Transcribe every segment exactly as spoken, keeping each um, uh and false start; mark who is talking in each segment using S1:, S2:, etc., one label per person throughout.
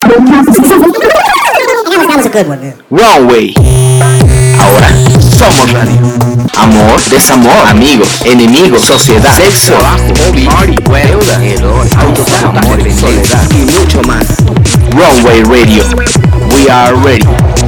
S1: Runway. Ahora somos radio. Amor, desamor, amigos, enemigos, sociedad, sexo, trabajo, hobby, party, deuda, hedor, autosabotaje, soledad y mucho más. Runway Radio. We are ready.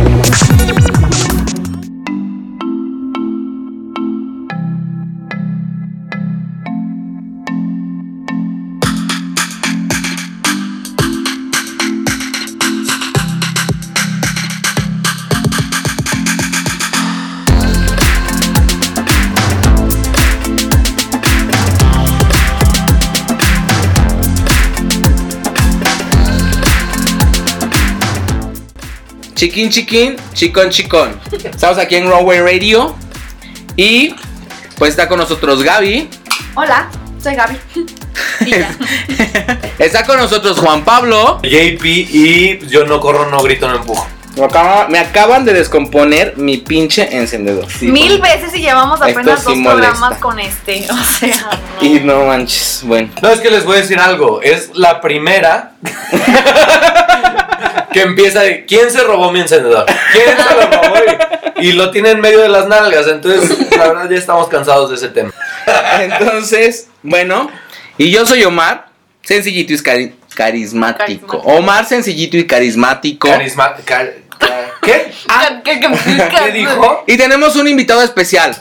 S2: Chiquín, chiquín, chicón, chicón. Estamos aquí en Runway Radio. Y pues está con nosotros Gaby.
S3: Hola, soy Gaby.
S2: Está con nosotros Juan Pablo.
S4: J P y yo no corro, no grito, no empujo.
S2: Me, acaba, me acaban de descomponer mi pinche encendedor. Sí,
S3: Mil
S2: bueno.
S3: veces y llevamos apenas
S2: Esto sí
S3: dos programas
S2: molesta.
S3: con este. O sea, no.
S2: Y no manches, bueno.
S4: No, es que les voy a decir algo. Es la primera que empieza de ¿quién se robó mi encendedor? ¿Quién se lo robó? Y, y lo tiene en medio de las nalgas. Entonces, la verdad, ya estamos cansados de ese tema.
S2: Entonces, bueno. Y yo soy Omar, sencillito y cari- carismático.
S3: Carismático.
S2: Omar, sencillito y carismático.
S4: Carisma, car- car- ¿Qué?
S2: Ah,
S3: ¿Qué, qué,
S4: ¿Qué dijo?
S2: y tenemos un invitado especial.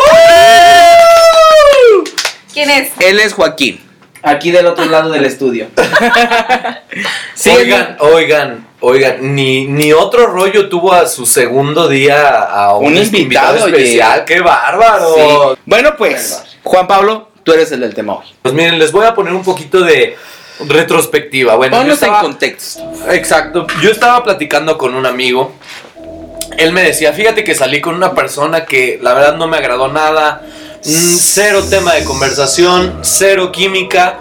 S3: ¿Quién es?
S2: Él es Joaquín.
S5: Aquí del otro lado del estudio.
S2: Sí,
S4: oigan, oigan, oigan, ni, ni otro rollo tuvo a su segundo día a un,
S2: Un invitado, oye.
S4: especial. ¡Qué bárbaro!
S2: Sí. Bueno, pues, Juan Pablo, tú eres el del tema hoy.
S4: Pues miren, les voy a poner un poquito de retrospectiva. Bueno, yo
S2: Ponnos
S4: estaba,
S2: en contexto.
S4: exacto. Yo estaba platicando con un amigo. Él me decía, fíjate que salí con una persona que la verdad no me agradó nada. mm, Cero tema de conversación, cero química.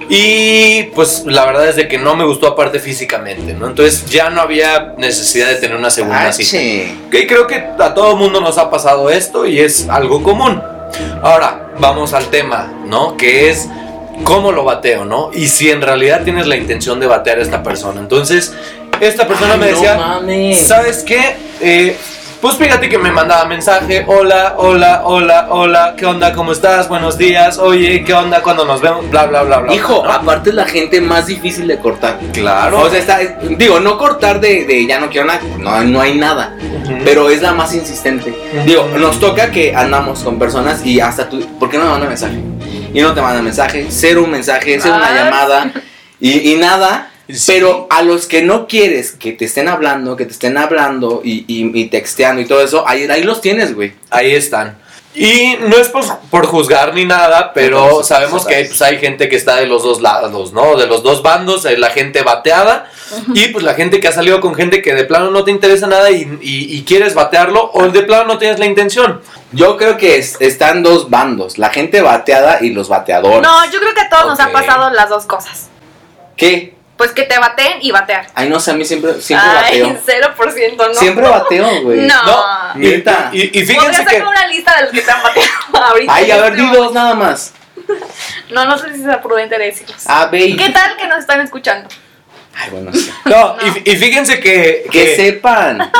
S4: Y pues la verdad es de que no me gustó aparte físicamente, ¿no? Entonces ya no había necesidad de tener una segunda cita.
S2: Ache.
S4: Y creo que a todo mundo nos ha pasado esto y es algo común. Ahora, vamos al tema, ¿no? Que es cómo lo bateo, ¿no? Y si en realidad tienes la intención de batear a esta persona. Entonces, esta persona
S2: Ay,
S4: me
S2: no
S4: decía,
S2: mames.
S4: ¿sabes qué? Eh, pues fíjate que me mandaba mensaje, hola, hola, hola, hola, ¿qué onda? ¿Cómo estás? Buenos días, oye, ¿qué onda? ¿Cuándo nos vemos? Bla, bla, bla, bla.
S2: Hijo,
S4: ¿no?
S2: aparte es la gente más difícil de cortar.
S4: Claro.
S2: O sea, está, digo, no cortar de, de ya no quiero nada, no, no hay nada.
S4: Ujú.
S2: Pero es la más insistente.
S4: Ujú.
S2: Digo, nos toca que andamos con personas y hasta tú, ¿por qué no me manda mensaje? Y no te manda mensaje, cero un mensaje, cero una
S3: Ah,
S2: llamada y, y nada.
S4: Sí.
S2: Pero a los que no quieres que te estén hablando, que te estén hablando y, y, y texteando y todo eso, ahí, ahí los tienes, güey.
S4: Ahí están. Y no es por, por juzgar ni nada, pero
S2: Entonces,
S4: sabemos que hay, pues, hay gente que está de los dos lados, ¿no? De los dos bandos, hay la gente bateada y pues la gente que ha salido con gente que de plano no te interesa nada y, y, y quieres batearlo o de plano no tienes la intención.
S2: Yo creo que es- están dos bandos, la gente bateada y los bateadores.
S3: No, yo creo que a todos nos
S4: Ok.
S3: han pasado las dos cosas.
S2: ¿Qué?
S3: Pues que te bateen y batear.
S2: Ay, no sé, a mí siempre, siempre
S3: Ay,
S2: bateo.
S3: cero por ciento no.
S2: Siempre bateo, güey.
S3: No.
S4: No, y,
S2: Neta.
S4: y, y
S3: Podría
S4: fíjense
S3: sacar
S4: que...
S3: una lista de los que te han bateado ahorita.
S2: Ay, a
S3: en
S2: ver,
S3: este
S2: di
S3: momento.
S2: dos nada más.
S3: No, no sé si sea prudente decirlos.
S2: A, B y...
S3: ¿Qué tal que nos están escuchando?
S2: Ay, bueno, sí.
S4: No,
S3: No.
S4: Y, y fíjense que,
S2: Que
S4: que
S2: sepan.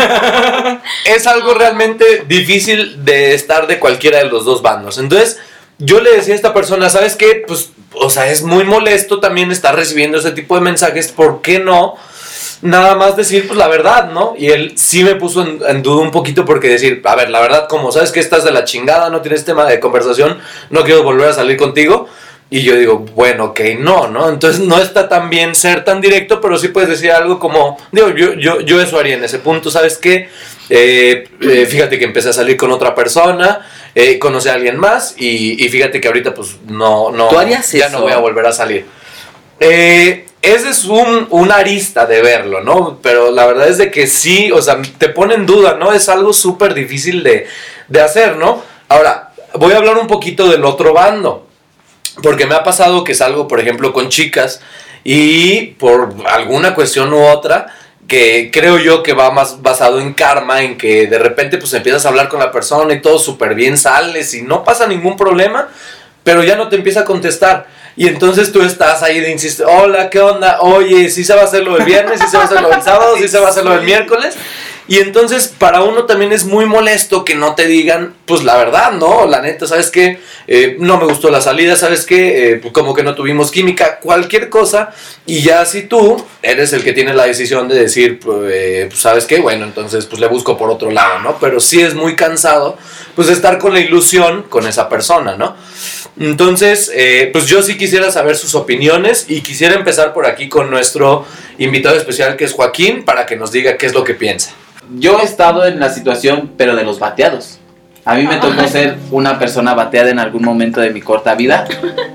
S4: es algo realmente difícil de estar de cualquiera de los dos bandos. Entonces, yo le decía a esta persona, ¿sabes qué? Pues, o sea, es muy molesto también estar recibiendo ese tipo de mensajes. ¿Por qué no? Nada más decir, pues, la verdad, ¿no? Y él sí me puso en, en duda un poquito porque decir, a ver, la verdad, como sabes que estás de la chingada, no tienes tema de conversación, no quiero volver a salir contigo. Y yo digo, bueno, ok, no, ¿no? Entonces no está tan bien ser tan directo, pero sí puedes decir algo como, digo, yo, yo, yo eso haría en ese punto, ¿sabes qué? Eh, eh, fíjate que empecé a salir con otra persona, eh, conocí a alguien más y, y fíjate que ahorita pues no, no,
S2: ¿Tú harías
S4: ya
S2: eso?
S4: no voy a volver a salir. Eh, ese es un, una arista de verlo, ¿no? Pero la verdad es de que sí, o sea, te pone en duda, ¿no? Es algo súper difícil de, de hacer, ¿no? Ahora, voy a hablar un poquito del otro bando. Porque me ha pasado que salgo, por ejemplo, con chicas y por alguna cuestión u otra, que creo yo que va más basado en karma, en que de repente pues empiezas a hablar con la persona y todo súper bien, sales y no pasa ningún problema, pero ya no te empieza a contestar. Y entonces tú estás ahí de insistir, hola, ¿qué onda? Oye, ¿sí se va a hacer lo del viernes? ¿Sí se va a hacer lo del sábado? ¿Sí se va a hacer lo del miércoles? Y entonces para uno también es muy molesto que no te digan, pues la verdad, ¿no? La neta, ¿sabes qué? Eh, no me gustó la salida, ¿sabes qué? Eh, como que no tuvimos química, cualquier cosa. Y ya si tú eres el que tiene la decisión de decir, pues, eh, pues ¿sabes qué? Bueno, entonces pues le busco por otro lado, ¿no? Pero sí es muy cansado, pues estar con la ilusión con esa persona, ¿no? Entonces, eh, pues yo sí quisiera saber sus opiniones y quisiera empezar por aquí con nuestro invitado especial que es Joaquín para que nos diga qué es lo que piensa.
S5: Yo he estado en la situación, pero de los bateados. A mí me tocó ser una persona bateada en algún momento de mi corta vida.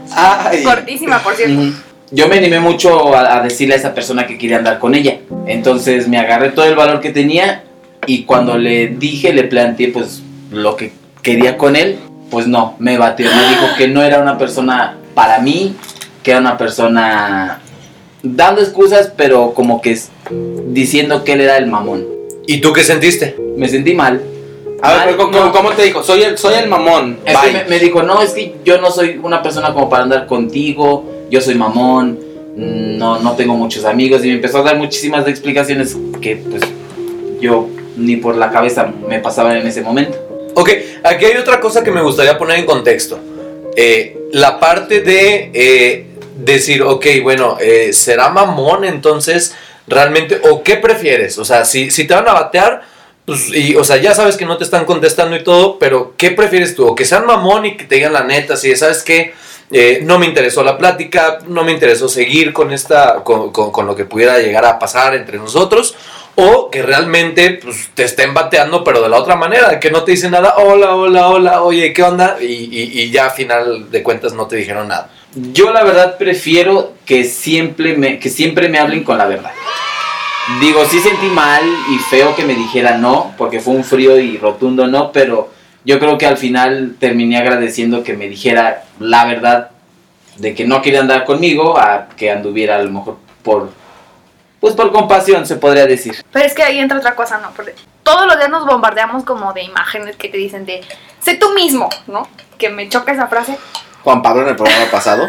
S2: Ay.
S3: Cortísima, por cierto.
S5: Mm, Yo me animé mucho a, a decirle a esa persona que quería andar con ella. Entonces me agarré todo el valor que tenía y cuando le dije, le planteé pues lo que quería con él, pues no, me bateó. Me dijo que no era una persona para mí, que era una persona dando excusas, pero como que diciendo que él era el mamón.
S4: ¿Y tú qué sentiste?
S5: Me sentí mal.
S2: A ver,
S5: Mal,
S2: pero ¿cómo,
S5: no.
S2: cómo te dijo? Soy el, soy el mamón.
S5: Es que
S2: Bye.
S5: me, me dijo, no, es que yo no soy una persona como para andar contigo, yo soy mamón, no, no tengo muchos amigos, y me empezó a dar muchísimas explicaciones que pues yo ni por la cabeza me pasaban en ese momento.
S4: Ok, aquí hay otra cosa que me gustaría poner en contexto. Eh, la parte de eh, decir, ok, bueno, eh, ¿será mamón entonces realmente? ¿O qué prefieres? O sea, si, si te van a batear, pues, y, o sea, ya sabes que no te están contestando y todo, pero ¿qué prefieres tú? ¿O que sean mamón y que te digan la neta? Si sabes que eh, no me interesó la plática, no me interesó seguir con, esta, con, con, con lo que pudiera llegar a pasar entre nosotros, o que realmente pues, te estén bateando, pero de la otra manera, que no te dicen nada, hola, hola, hola, oye, ¿qué onda? Y, y, y ya a final de cuentas no te dijeron nada.
S5: Yo la verdad prefiero que siempre me, que siempre me hablen con la verdad. Digo, sí sentí mal y feo que me dijera no, porque fue un frío y rotundo no, pero yo creo que al final terminé agradeciendo que me dijera la verdad de que no quería andar conmigo, a que anduviera a lo mejor por, pues por compasión, se podría decir.
S3: Pero es que ahí entra otra cosa, ¿no? Porque todos los días nos bombardeamos como de imágenes que te dicen de, sé tú mismo, ¿no? Que me choca esa frase.
S2: Juan Pablo en el programa pasado.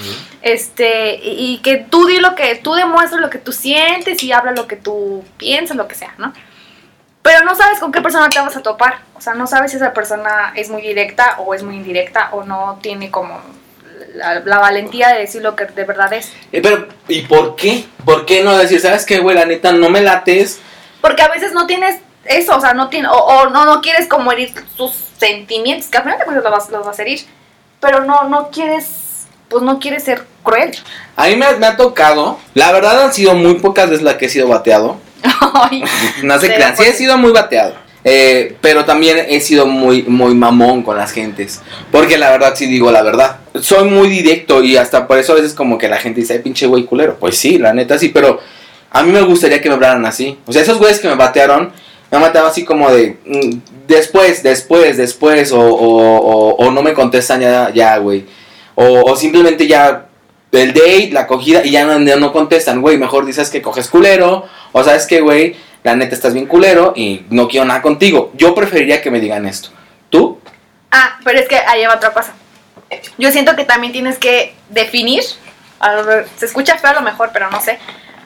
S3: Este, y, y que tú di lo que, tú demuestres lo que tú sientes y habla lo que tú piensas, lo que sea, ¿no? Pero no sabes con qué persona te vas a topar. O sea, no sabes si esa persona es muy directa o es muy indirecta o no tiene como la, la valentía de decir lo que de verdad es.
S2: Eh, pero, ¿y por qué? ¿Por qué no decir, sabes qué, güey, la neta, no me lates?
S3: Porque a veces no tienes eso, o sea, no tienes, o, o no, no quieres como herir sus sentimientos, que al final de cuentas los vas, los vas a herir, pero no, no quieres, pues no quieres ser cruel.
S2: A mí me, me ha tocado, la verdad han sido muy pocas veces las que he sido bateado.
S3: Ay,
S2: No se
S3: Pero,
S2: crean, sí he
S3: pues,
S2: sido muy bateado. Eh, pero también he sido muy, muy mamón con las gentes. Porque la verdad sí digo la verdad. Soy muy directo y hasta por eso a veces como que la gente dice, ay, pinche güey culero. Pues sí, la neta sí, pero a mí me gustaría que me hablaran así. O sea, esos güeyes que me batearon, me han bateado así como de, mm, después, después, después, o, o, o, o no me contestan ya, ya, güey. O, o simplemente ya el date, la acogida, y ya no, no contestan, güey. Mejor dices que coges culero, o sabes que, güey, la neta estás bien culero y no quiero nada contigo. Yo preferiría que me digan esto. ¿Tú?
S3: Ah, pero es que ahí va otra cosa. Yo siento que también tienes que definir, a ver, se escucha feo a lo mejor, pero no sé,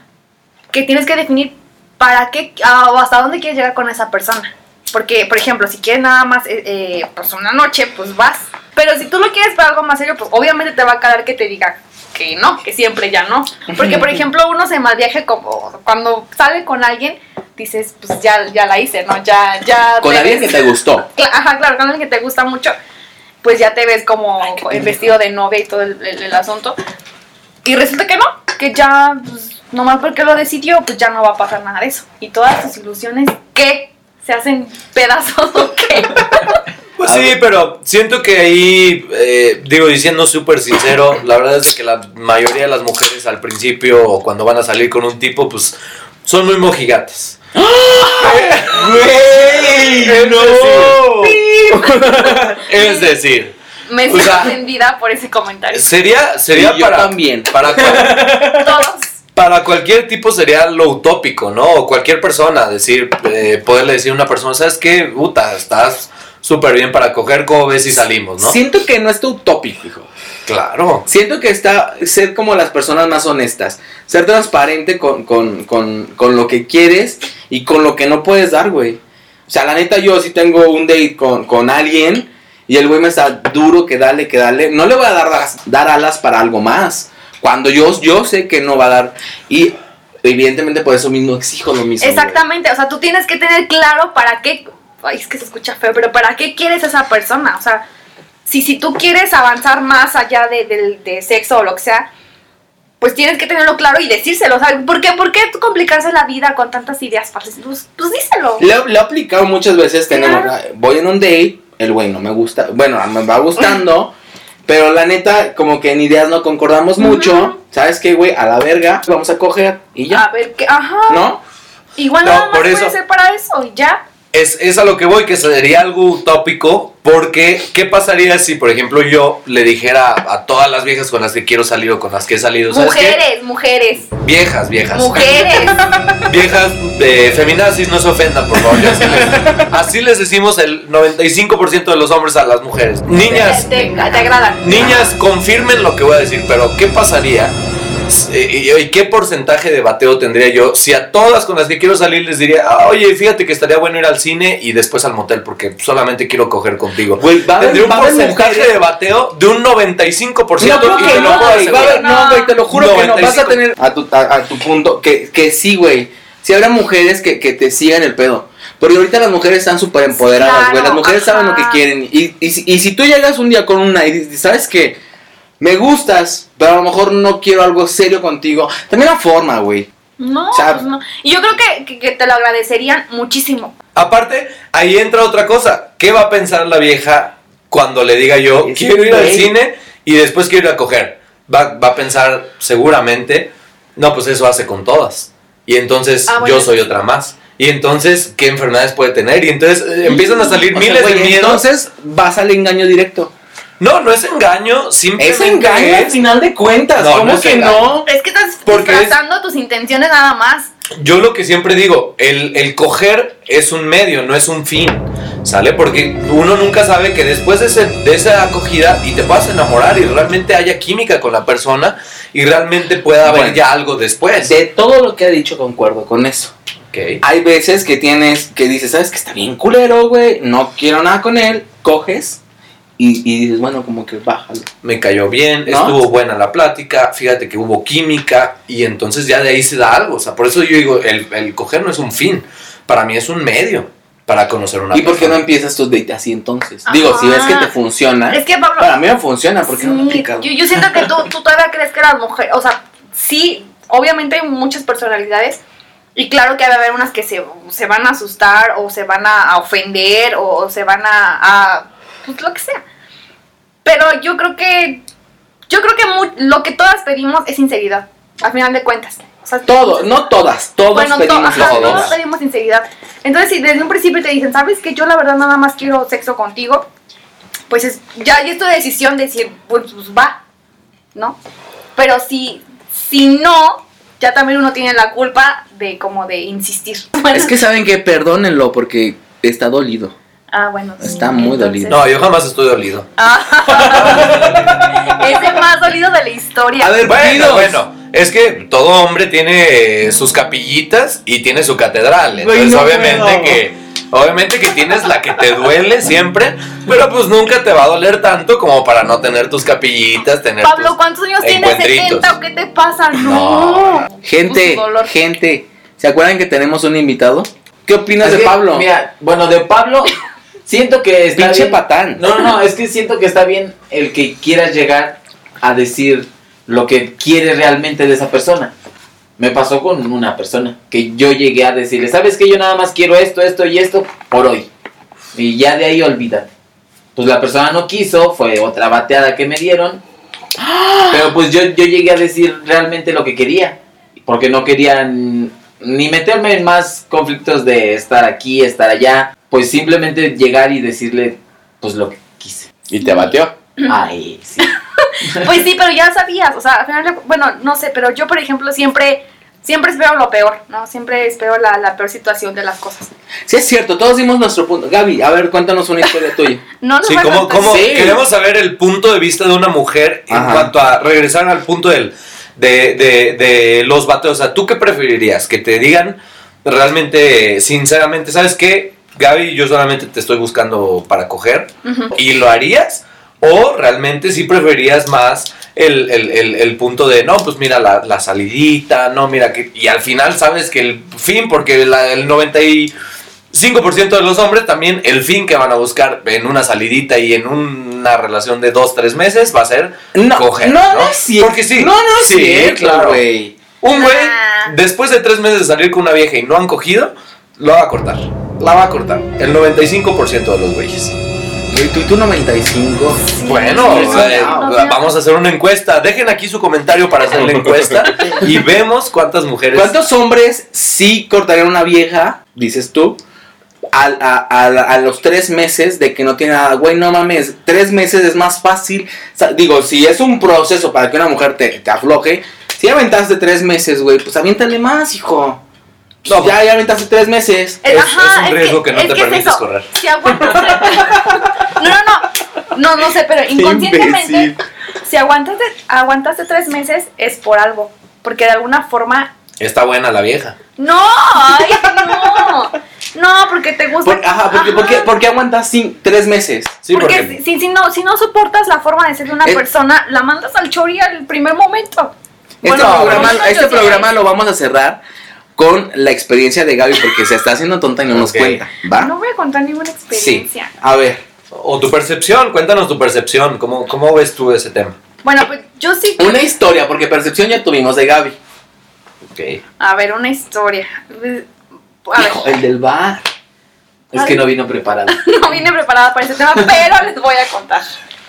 S3: que tienes que definir para qué ah, o hasta dónde quieres llegar con esa persona. Porque, por ejemplo, si quieres nada más eh, eh, pues una noche, pues vas. Pero si tú lo quieres para algo más serio, pues obviamente te va a calar que te diga que no, que siempre ya no. Porque, por ejemplo, uno se malviaje como cuando sale con alguien, dices, pues ya, ya la hice, ¿no? Ya, ya.
S2: Con
S3: te
S2: alguien
S3: ves-
S2: que te gustó.
S3: Cla- Ajá, claro, con alguien que te gusta mucho, pues ya te ves como el vestido de novia y todo el, el- el asunto. Y resulta que no, que ya, pues, nomás porque lo decidió, pues ya no va a pasar nada de eso. Y todas tus ilusiones, ¿qué? ¿Se hacen pedazos o qué?
S4: Pues sí, pero siento que ahí, eh, digo, diciendo súper sincero, la verdad es que la mayoría de las mujeres al principio o cuando van a salir con un tipo, pues son muy mojigatas.
S2: ¡Güey!
S4: Es
S2: ¡No!
S4: decir, es decir,
S3: Me
S4: O
S3: siento
S4: sea,
S3: ofendida por ese comentario.
S4: sería, sería
S2: Y yo
S4: para,
S2: también.
S4: para, cual-
S3: Todos.
S4: para cualquier tipo sería lo utópico, ¿no? O cualquier persona, decir, eh, poderle decir a una persona, ¿sabes qué? Puta, estás súper bien para coger, ¿cómo ves si salimos, no?
S2: Siento que no es utópico, hijo.
S4: Claro.
S2: Siento que está ser como las personas más honestas. Ser transparente con, con, con, con lo que quieres y con lo que no puedes dar, güey. O sea, la neta, yo sí tengo un date con, con alguien y el güey me está duro que dale, que dale. No le voy a dar, las, dar alas para algo más. Cuando yo, yo sé que no va a dar. Y evidentemente por eso mismo exijo lo mismo.
S3: Exactamente, güey. O sea, tú tienes que tener claro para qué. Ay, es que se escucha feo, pero ¿para qué quieres a esa persona? O sea, si, si tú quieres avanzar más allá de, de, de sexo o lo que sea, pues tienes que tenerlo claro y decírselo. O sea, ¿por qué, ¿por qué complicarse la vida con tantas ideas falsas? Pues, pues díselo.
S2: Lo, lo he aplicado muchas veces. Tenemos,
S3: Claro.
S2: voy en un date, el güey no me gusta. Bueno, me va gustando, pero la neta, como que en ideas no concordamos mucho.
S3: Ujú.
S2: ¿Sabes qué, güey? A la verga, vamos a coger y ya.
S3: A ver, ¿qué? Ajá.
S2: ¿No?
S3: Igual
S4: No,
S3: nada más
S4: por
S3: puede
S4: eso-
S3: ser para eso y ya.
S4: Es, es a lo que voy, que sería algo utópico, porque ¿qué pasaría si, por ejemplo, yo le dijera a todas las viejas con las que quiero salir o con las que he salido, ¿sabes qué?
S3: Mujeres, mujeres,
S4: Viejas, viejas.
S3: mujeres.
S4: Viejas de feminazis, no se ofendan, por favor. Así les, así les decimos el noventa y cinco por ciento de los hombres a las mujeres. Niñas,
S3: Te, te, te agradan.
S4: niñas, confirmen lo que voy a decir, pero ¿qué pasaría? ¿Y, y qué porcentaje de bateo tendría yo si a todas con las que quiero salir les diría, ah, oye, fíjate que estaría bueno ir al cine y después al motel porque solamente quiero coger contigo?
S2: Güey, va a haber-
S4: Tendría un
S2: va a haber
S4: porcentaje
S2: mujeres-
S4: de bateo de un noventa y cinco por ciento
S2: No,
S4: y
S2: creo
S4: te
S2: que
S4: lo
S2: no,
S4: puedo
S2: güey. Va a haber-
S4: asegurar.
S2: No, güey, te lo juro que no. Vas
S4: noventa y
S2: a
S4: cinco.
S2: tener a tu, a, a tu punto que, que sí, güey. Si habrá mujeres que, que te sigan el pedo. Porque ahorita las mujeres están súper empoderadas,
S3: Claro,
S2: güey. Las mujeres
S3: ajá.
S2: saben lo que quieren. Y, y, si- y si tú llegas un día con una y dices, ¿sabes qué? Me gustas, pero a lo mejor no quiero algo serio contigo. También la forma, güey.
S3: No,
S2: O sea,
S3: pues no. Y yo creo que, que, que te lo agradecerían muchísimo.
S4: Aparte, ahí entra otra cosa. ¿Qué va a pensar la vieja cuando le diga yo,
S2: Ese
S4: quiero ir al
S2: güey.
S4: cine y después quiero ir a coger? Va, va a pensar seguramente, no, pues eso hace con todas. Y entonces
S3: Ah, bueno,
S4: yo soy
S3: sí.
S4: otra más. Y entonces, ¿qué enfermedades puede tener? Y entonces eh, empiezan a salir
S2: O sea,
S4: miles
S2: güey,
S4: de miedos.
S2: entonces vas al engaño directo.
S4: No, no es engaño, simplemente
S2: Es engaño al
S4: es-
S2: final de cuentas.
S4: No,
S2: ¿Cómo
S4: no es
S2: que
S4: engaño.
S2: no?
S3: Es que estás
S4: Porque es-
S3: disfrazando tus intenciones nada más.
S4: Yo lo que siempre digo, el, el coger es un medio, no es un fin, ¿sale? Porque uno nunca sabe que después de, ese, de esa acogida y te vas a enamorar y realmente haya química con la persona y realmente pueda haber
S2: Bueno,
S4: ya algo después.
S2: De todo lo que ha dicho, concuerdo con eso.
S4: Ok.
S2: Hay veces que tienes, que dices, ¿sabes que está bien culero, güey? No quiero nada con él. Coges y, y dices, bueno, como que bájalo.
S4: Me cayó bien,
S2: ¿No?
S4: estuvo buena la plática, fíjate que hubo química y entonces ya de ahí se da algo. O sea, por eso yo digo, el, el coger no es un fin, para mí es un medio para conocer a una
S2: ¿Y por qué no
S4: persona.
S2: empiezas tus dates así entonces?
S3: Ajá.
S2: Digo, si ves que te funciona.
S3: Es que, Pablo,
S2: Para mí me funciona, ¿por qué no lo he
S3: sí,
S2: aplicado?
S3: yo, yo siento que tú, tú todavía crees que las mujeres, o sea, sí, obviamente hay muchas personalidades y claro que va a haber unas que se, se van a asustar o se van a, a ofender o, o se van a, a, pues lo que sea. Pero yo creo que, yo creo que mu- lo que todas pedimos es sinceridad, al final de cuentas. O sea,
S2: Todo, no todas, todos
S3: bueno, to-
S2: pedimos
S3: ajá,
S2: la
S3: todos
S2: sinceridad.
S3: pedimos sinceridad. Entonces, si desde un principio te dicen, ¿sabes que yo la verdad nada más quiero sexo contigo? Pues es, ya, ya es tu decisión de decir, pues, pues va, ¿no? Pero si, si no, ya también uno tiene la culpa de como de insistir. Bueno,
S2: Es que saben que perdónenlo porque está dolido.
S3: ah, bueno, sí,
S2: está muy dolido.
S4: No, yo jamás estoy dolido.
S3: Ah, es el más dolido de la historia.
S2: A ver,
S4: Bueno,
S2: Pidos.
S4: bueno, es que todo hombre tiene eh, sus capillitas y tiene su catedral.
S2: Güey,
S4: Entonces,
S2: no
S4: obviamente
S2: puedo.
S4: que obviamente que tienes la que te duele siempre, pero pues nunca te va a doler tanto como para no tener tus capillitas, tener
S3: Pablo,
S4: tus
S3: ¿cuántos años tienes?
S4: encuentritos.
S3: ¿setenta o qué te pasa?
S4: No.
S3: No.
S2: Gente,
S3: Su dolor.
S2: gente, ¿se acuerdan que tenemos un invitado? ¿Qué opinas
S5: Es
S2: de
S5: que,
S2: Pablo?
S5: Mira, bueno, de Pablo, siento que está
S2: Pinche
S5: bien.
S2: patán.
S5: No, no, no, es que siento que está bien el que quieras llegar a decir lo que quieres realmente de esa persona. Me pasó con una persona que yo llegué a decirle, ¿sabes qué? Yo nada más quiero esto, esto y esto por hoy. Y ya de ahí olvídate. Pues la persona no quiso, fue otra bateada que me dieron. Pero pues yo, yo llegué a decir realmente lo que quería. Porque no quería n- ni meterme en más conflictos de estar aquí, estar allá. Pues simplemente llegar y decirle pues lo que quise.
S2: Y te bateó.
S5: Ay, sí.
S3: Pues sí, pero ya sabías, o sea, al final, de- bueno, no sé, pero yo, por ejemplo, siempre, siempre espero lo peor, ¿no? Siempre espero la, la peor situación de las cosas.
S2: Sí, es cierto, todos dimos nuestro punto. Gaby, a ver, cuéntanos una historia tuya.
S3: No, no
S4: Sí,
S3: me
S4: ¿cómo,
S3: contaste.
S4: cómo
S2: Sí.
S4: queremos saber el punto de vista de una mujer en
S2: Ajá.
S4: cuanto a regresar al punto del, de, de, de los vatos? O sea, ¿tú qué preferirías? Que te digan realmente, sinceramente, ¿sabes qué? Gaby, yo solamente te estoy buscando para coger.
S3: Ujú.
S4: ¿Y lo harías? ¿O realmente sí preferirías más el, el, el, el punto de, no, pues mira la, la salidita, no, mira que... Y al final sabes que el fin, porque la, el noventa y cinco por ciento de los hombres también el fin que van a buscar en una salidita y en una relación de dos, tres meses va a ser
S2: No,
S4: coger,
S2: no,
S4: ¿no?
S2: no es cierto.
S4: Porque sí.
S2: No, no es
S4: sí,
S2: cierto,
S4: claro.
S2: güey.
S4: Un güey,
S3: Nah.
S4: después de tres meses de salir con una vieja y no han cogido, lo va a cortar. La va a cortar. El noventa y cinco por ciento de los güeyes.
S2: Güey, tú y tú noventa y cinco.
S4: Bueno,
S2: Sí,
S4: eh,
S3: no, no.
S4: vamos a hacer una encuesta. Dejen aquí su comentario para hacer la encuesta y vemos cuántas mujeres.
S2: ¿Cuántos hombres sí cortarían una vieja, dices tú, a, a, a, a los tres meses de que no tiene nada? Güey, no mames, tres meses es más fácil. O sea, digo, si es un proceso para que una mujer te, te afloje, si aventaste tres meses, güey, pues aviéntale más, hijo.
S4: No,
S2: ya, ya aventaste tres meses.
S4: Es-
S3: Ajá,
S4: es un riesgo que no
S3: es
S4: te
S3: es
S4: permites
S3: eso.
S4: correr.
S3: Si aguantas. No, no, no. No, no sé, pero inconscientemente,
S2: imbécil.
S3: si aguantaste, aguantaste tres meses, es por algo. Porque de alguna forma.
S4: Está buena la vieja.
S3: No, ay, no. No, porque te gusta.
S2: Por- ajá, porque,
S3: Ajá.
S2: ¿por qué, por qué aguantas sin, tres meses?
S4: Sí,
S3: porque
S4: porque.
S3: si, si, no, si no soportas la forma de ser de una
S2: Es-
S3: persona, la mandas al chori al primer momento.
S2: Este,
S3: Bueno,
S2: programa,
S3: bueno,
S2: este
S3: yo sí.
S2: programa lo vamos a cerrar con la experiencia de Gaby porque se está haciendo tonta y no nos
S4: Ok.
S2: cuenta. ¿Va?
S3: No voy a contar ninguna
S2: Sí.
S3: experiencia.
S2: A ver,
S4: O tu percepción, cuéntanos tu percepción. ¿Cómo, cómo ves tú ese tema?
S3: Bueno, pues yo sí.
S2: una historia, porque percepción ya tuvimos de Gaby.
S4: Ok.
S3: A ver, una historia. A ver,
S2: Hijo, el del bar.
S5: Es que no vino preparado.
S3: no vine preparada para ese tema, pero les voy a contar.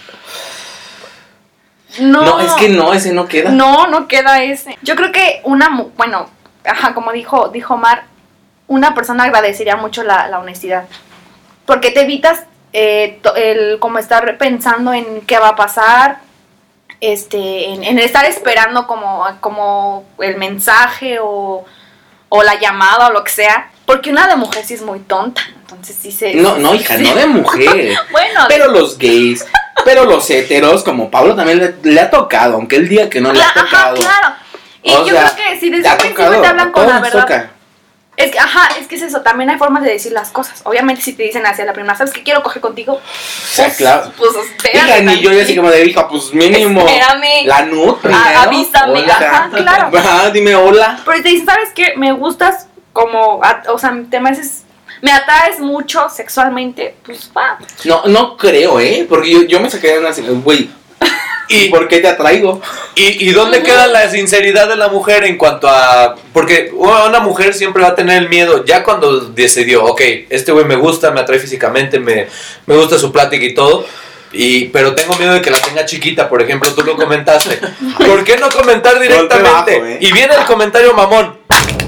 S3: No,
S2: No, es que no, ese no queda.
S3: No, no queda ese. Yo creo que una, mu- bueno, ajá, como dijo, dijo Mar, una persona agradecería mucho la, la honestidad. Porque te evitas eh, to- el como estar pensando en qué va a pasar, este, en, en estar esperando como, como el mensaje o, o la llamada o lo que sea. Porque una de mujer sí es muy tonta. Entonces sí se.
S2: No, no, hija,
S3: sí.
S2: no de mujer.
S3: Bueno,
S2: Pero los gays, pero los heteros, como Pablo también le, le ha tocado, aunque él diga que no le
S3: Cla-
S2: ha
S3: ajá,
S2: tocado.
S3: claro. Y
S2: O
S3: yo
S2: sea,
S3: creo que si desde
S2: le ha
S3: un principio
S2: tocado,
S3: te hablan
S2: a
S3: con
S2: todos
S3: la
S2: nos
S3: verdad.
S2: toca.
S3: Es que, ajá, es que es eso. También hay formas de decir las cosas. Obviamente, si te dicen hacia la primera, ¿sabes qué quiero coger contigo?
S2: O sea, claro.
S3: Pues espérame.
S2: Hija, ni yo ya así
S3: tantito.
S2: como de hija, pues mínimo.
S3: Espérame.
S2: La nut primero.
S3: A- avísame,
S2: Hola.
S3: ajá, claro.
S2: Ajá, dime hola.
S3: Pero te dicen, ¿sabes qué? Me gustas como, a- o sea, te me haces, me atraes mucho sexualmente. Pues va.
S2: No, no creo, ¿eh? Porque yo, yo me saqué una... Güey, ¿y
S4: Y,
S2: por qué te atraigo?
S4: y, ¿Y dónde queda la sinceridad de la mujer en cuanto a...? Porque una mujer siempre va a tener el miedo, ya cuando decidió, ok, este güey me gusta, me atrae físicamente, me, me gusta su plática y todo, y, pero tengo miedo de que la tenga chiquita, por ejemplo, tú lo comentaste. ¿Por qué no comentar directamente?
S2: bajo, ¿eh?
S4: Y viene el comentario mamón.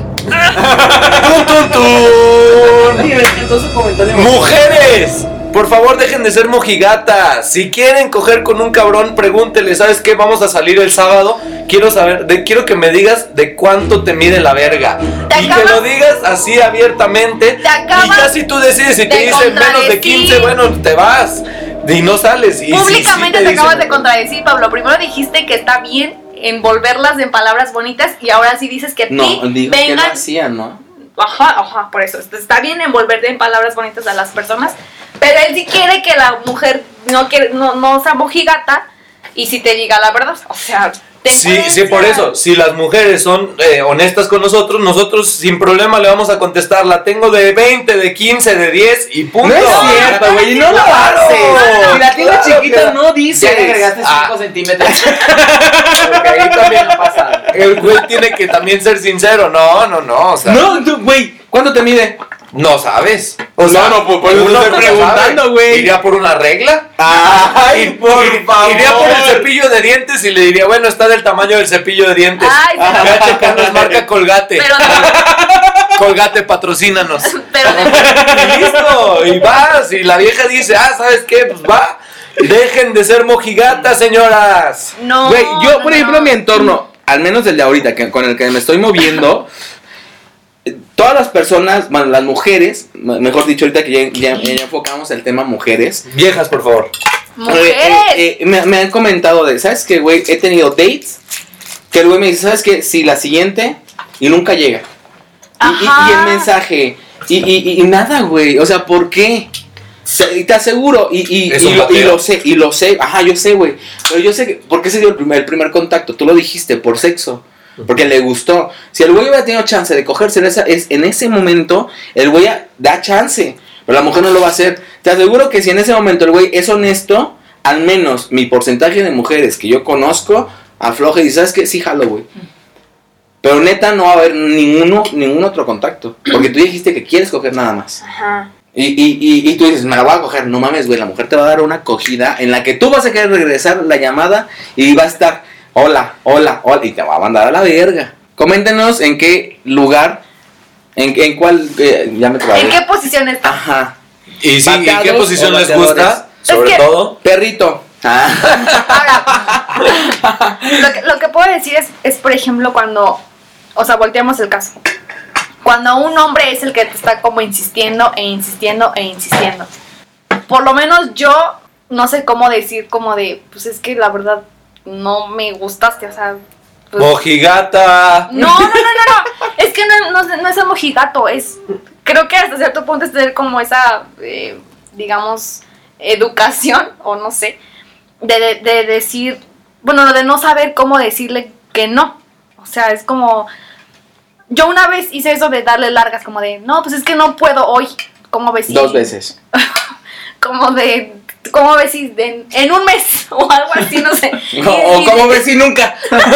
S4: ¡Tun, tun, tun!
S2: Entonces comentario.
S4: ¡Mujeres! Por favor, dejen de ser mojigatas. Si quieren coger con un cabrón, pregúntele, ¿sabes qué? Vamos a salir el sábado. Quiero saber, de, quiero que me digas de cuánto te mide la verga.
S3: Te
S4: Y que
S3: acabas-
S4: lo digas así abiertamente.
S3: Te acabas
S4: y ya si tú decides y te
S3: de
S4: dicen menos de
S3: contradecir.
S4: quince, bueno, te vas. Y no sales. Y si-
S3: Públicamente
S4: si
S3: te
S4: dicen-
S3: acabas de contradecir, Pablo. Primero dijiste que está bien envolverlas en palabras bonitas y ahora sí dices que a ti
S2: No, digo que lo
S3: vengan.
S2: hacía, ¿no?
S3: Ajá, ajá, por eso. Está bien envolverte en palabras bonitas a las personas, pero él sí quiere que la mujer no quiere, no, no sea mojigata y si te diga la verdad. O sea, ten
S4: Sí, sí,
S3: coherencia.
S4: por eso, si las mujeres son eh, honestas con nosotros, nosotros sin problema le vamos a contestar, la tengo de veinte, de quince, de diez y punto.
S2: No es cierto, güey, no lo
S4: Claro,
S2: haces. Si la tienes
S4: claro
S2: chiquita,
S4: que-
S2: no dices.
S5: Ya le agregaste
S4: Ah.
S5: cinco centímetros. Porque ahí también no pasa.
S4: El güey tiene que también ser sincero, no, no, no, o sea, no,
S2: No, tú, güey, ¿cuánto te mide?
S4: sabes. O
S2: No,
S4: sea,
S2: no, pues, por eso
S4: uno
S2: estoy
S4: no
S2: preguntando,
S4: sabe.
S2: güey.
S4: ¿Iría por una regla?
S2: Ay,
S4: Ir-
S2: por
S4: ir-
S2: favor.
S4: Iría por el cepillo de dientes y le diría, bueno, está del tamaño del cepillo de dientes.
S3: Ay,
S4: Ve a checarnos, es marca Colgate.
S3: pero
S4: Colgate, patrocínanos.
S3: pero
S4: Y listo, y vas, y la vieja dice, ah, ¿sabes qué? Pues va, dejen de ser mojigatas, señoras.
S3: no.
S2: Güey, yo,
S3: no,
S2: por ejemplo,
S3: no.
S2: mi entorno, al menos el de ahorita, que, con el que me estoy moviendo, todas las personas, bueno, las mujeres, mejor dicho, ahorita que ya, ya, ya enfocamos el tema mujeres.
S4: Viejas, por favor.
S3: Mujeres.
S2: Eh, eh, eh, me, me han comentado de, ¿sabes qué, güey? He tenido dates que el güey me dice, ¿sabes qué? Sí, la siguiente y nunca llega. Y, y, y el mensaje, y, y, y nada, güey, o sea, ¿por qué? Te, te aseguro, y, y, y, lo, y lo sé, y lo sé, ajá, yo sé, güey, pero yo sé que, ¿por qué se dio el primer, el primer contacto? Tú lo dijiste, por sexo. Porque le gustó. Si el güey hubiera tenido chance de cogerse en, esa, es, en ese momento, el güey da chance. Pero la mujer no lo va a hacer. Te aseguro que si en ese momento el güey es honesto, al menos mi porcentaje de mujeres que yo conozco, afloja y dice, ¿sabes qué? Sí, jalo, güey. Pero neta no va a haber ninguno, ningún otro contacto. Porque tú dijiste que quieres coger nada más.
S3: Ajá.
S2: Y, y, y, y tú dices, me la voy a coger. No mames, güey, la mujer te va a dar una acogida en la que tú vas a querer regresar la llamada y va a estar... Hola, hola, hola, y te va a mandar a la verga. Coméntenos en qué lugar, en, en cuál, eh, ya me trabé.
S3: ¿En qué posición está?
S2: Ajá.
S4: Y sí, ¿en qué
S2: ¿Bateados
S4: posición
S2: o
S4: les
S2: bateadores?
S4: gusta? Sobre
S3: Es que-
S4: todo.
S2: Perrito. Ah.
S3: Ahora, lo que, lo que puedo decir es, es, por ejemplo, cuando, o sea, volteamos el caso. Cuando un hombre es el que te está como insistiendo e insistiendo e insistiendo. Por lo menos yo no sé cómo decir como de, pues es que la verdad no me gustaste, o sea... Pues,
S4: Mojigata.
S3: no, no, no, no, no, es que no, no, no es el mojigato, es... Creo que hasta cierto punto es tener como esa, eh, digamos, educación, o no sé, de, de, de decir, bueno, de no saber cómo decirle que no. O sea, es como... Yo una vez hice eso de darle largas, como de, no, pues es que no puedo hoy. ¿Cómo ves si?
S2: Dos veces.
S3: Como de, ¿cómo ves si de- en un mes o algo así, no sé? Y-
S2: O
S3: y
S2: como
S3: de-
S2: ves si nunca.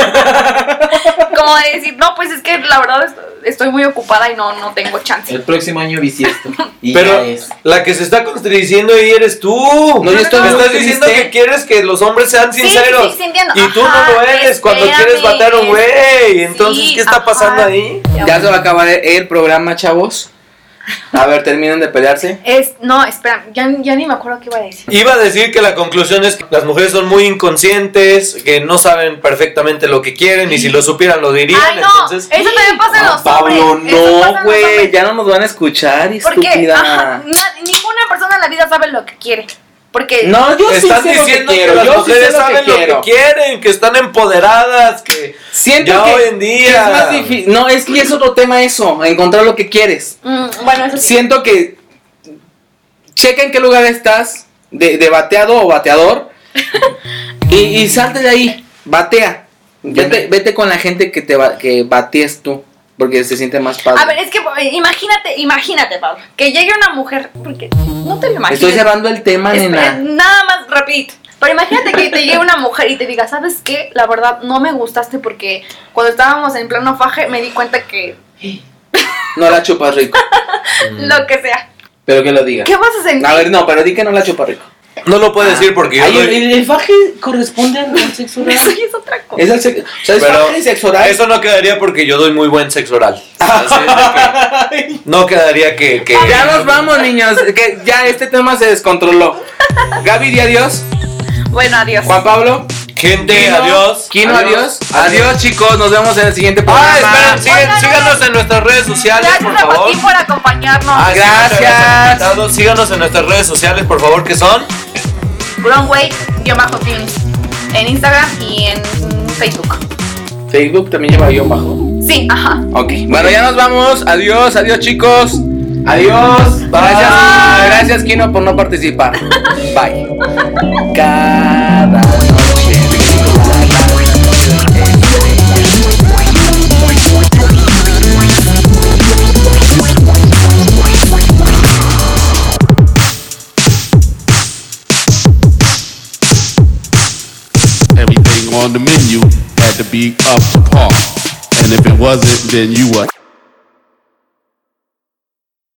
S3: Como de decir, no, pues es que la verdad est- estoy muy ocupada y no, no tengo chance.
S5: El próximo año bisiesto. Y
S4: Pero
S5: ya es.
S4: la que se está contradiciendo ahí eres tú.
S2: No, yo estoy
S4: Me
S2: muy
S4: estás diciendo
S2: triste.
S4: que quieres que los hombres sean
S3: Sí,
S4: sinceros.
S3: sí, sí, entiendo.
S4: Y tú
S3: Ajá,
S4: no lo eres cuando
S3: espérame.
S4: quieres batear a un güey. Entonces,
S3: Sí,
S4: ¿qué está
S3: ajá.
S4: pasando ahí?
S2: Ya se va a acabar el programa, chavos. A ver, terminen de pelearse.
S3: Es, no, espera, ya, ya ni me acuerdo qué iba a decir.
S4: Iba a decir que la conclusión es que las mujeres son muy inconscientes, que no saben perfectamente lo que quieren y si lo supieran lo dirían.
S3: Ay, no,
S4: Entonces,
S3: eso también pasa en los
S2: Ah, Pablo,
S3: hombres. Eso pasa en
S2: no,
S3: los
S2: güey.
S3: hombres.
S2: Ya no nos van a escuchar,
S3: Porque
S2: estúpida.
S3: ajá, na- ninguna persona en la vida sabe lo que quiere. Porque
S2: No, yo sí
S4: están
S2: sé lo que
S4: diciendo que,
S2: quiero.
S4: las
S2: Yo sí sé
S4: mujeres
S2: lo
S4: saben
S2: que
S4: lo
S2: quiero.
S4: que quieren, que están empoderadas, que
S2: Siento
S4: ya
S2: que
S4: hoy en día
S2: es más difícil. No, es que es otro tema eso, encontrar lo que quieres.
S3: mm, bueno, eso sí.
S2: Siento que checa en qué lugar estás de, de bateado o bateador y, y salte de ahí, batea. Vete, vete con la gente que te ba- que batees tú, porque se siente más padre.
S3: A ver, es que eh, imagínate, imagínate, Pablo, que llegue una mujer, porque no te lo imaginas.
S2: Estoy cerrando el tema,
S3: Espera,
S2: nena.
S3: nada más rapidito. Pero imagínate que te llegue una mujer y te diga, ¿sabes qué? La verdad no me gustaste porque cuando estábamos en pleno faje me di cuenta que
S2: No la chupas rico.
S3: lo que sea.
S5: Pero que lo diga.
S3: ¿Qué vas a sentir?
S2: A ver, no, pero di que no la chupas rico.
S4: no lo puedo decir porque yo
S2: Ay,
S4: doy-
S2: el, el faje corresponde al sexo oral.
S3: Eso ya es otra cosa.
S2: Es el sexo, o sea, es
S4: Pero
S2: faje y sexo oral.
S4: eso no quedaría porque yo doy muy buen sexo oral. Así es de que no quedaría que, que
S2: Ya nos vamos, niños, que ya este tema se descontroló. Gaby, di adiós.
S3: Bueno, adiós.
S2: Juan Pablo.
S4: gente,
S2: Kino,
S4: adiós.
S2: Kino, adiós. Adiós, chicos, nos vemos en el siguiente
S4: Ah,
S2: programa.
S4: esperen, sigan-
S3: Oigan,
S4: síganos en nuestras redes sociales,
S3: Gracias
S4: por
S3: a
S4: favor.
S3: Joaquín por acompañarnos.
S4: Ah, sí,
S2: Gracias.
S4: muchas gracias, invitado. Síganos en nuestras redes sociales, por favor, que son.
S3: Brownway-Tunes en Instagram y en Facebook.
S2: Facebook también lleva guión bajo.
S3: Sí, ajá.
S2: Ok, bueno, ya nos vamos. Adiós, adiós, chicos.
S5: Adiós.
S2: Gracias,
S3: Bye.
S2: gracias, Kino, por no participar. Bye. Cada noche.
S6: Everything on the menu had to be up to par. And if it wasn't, then you were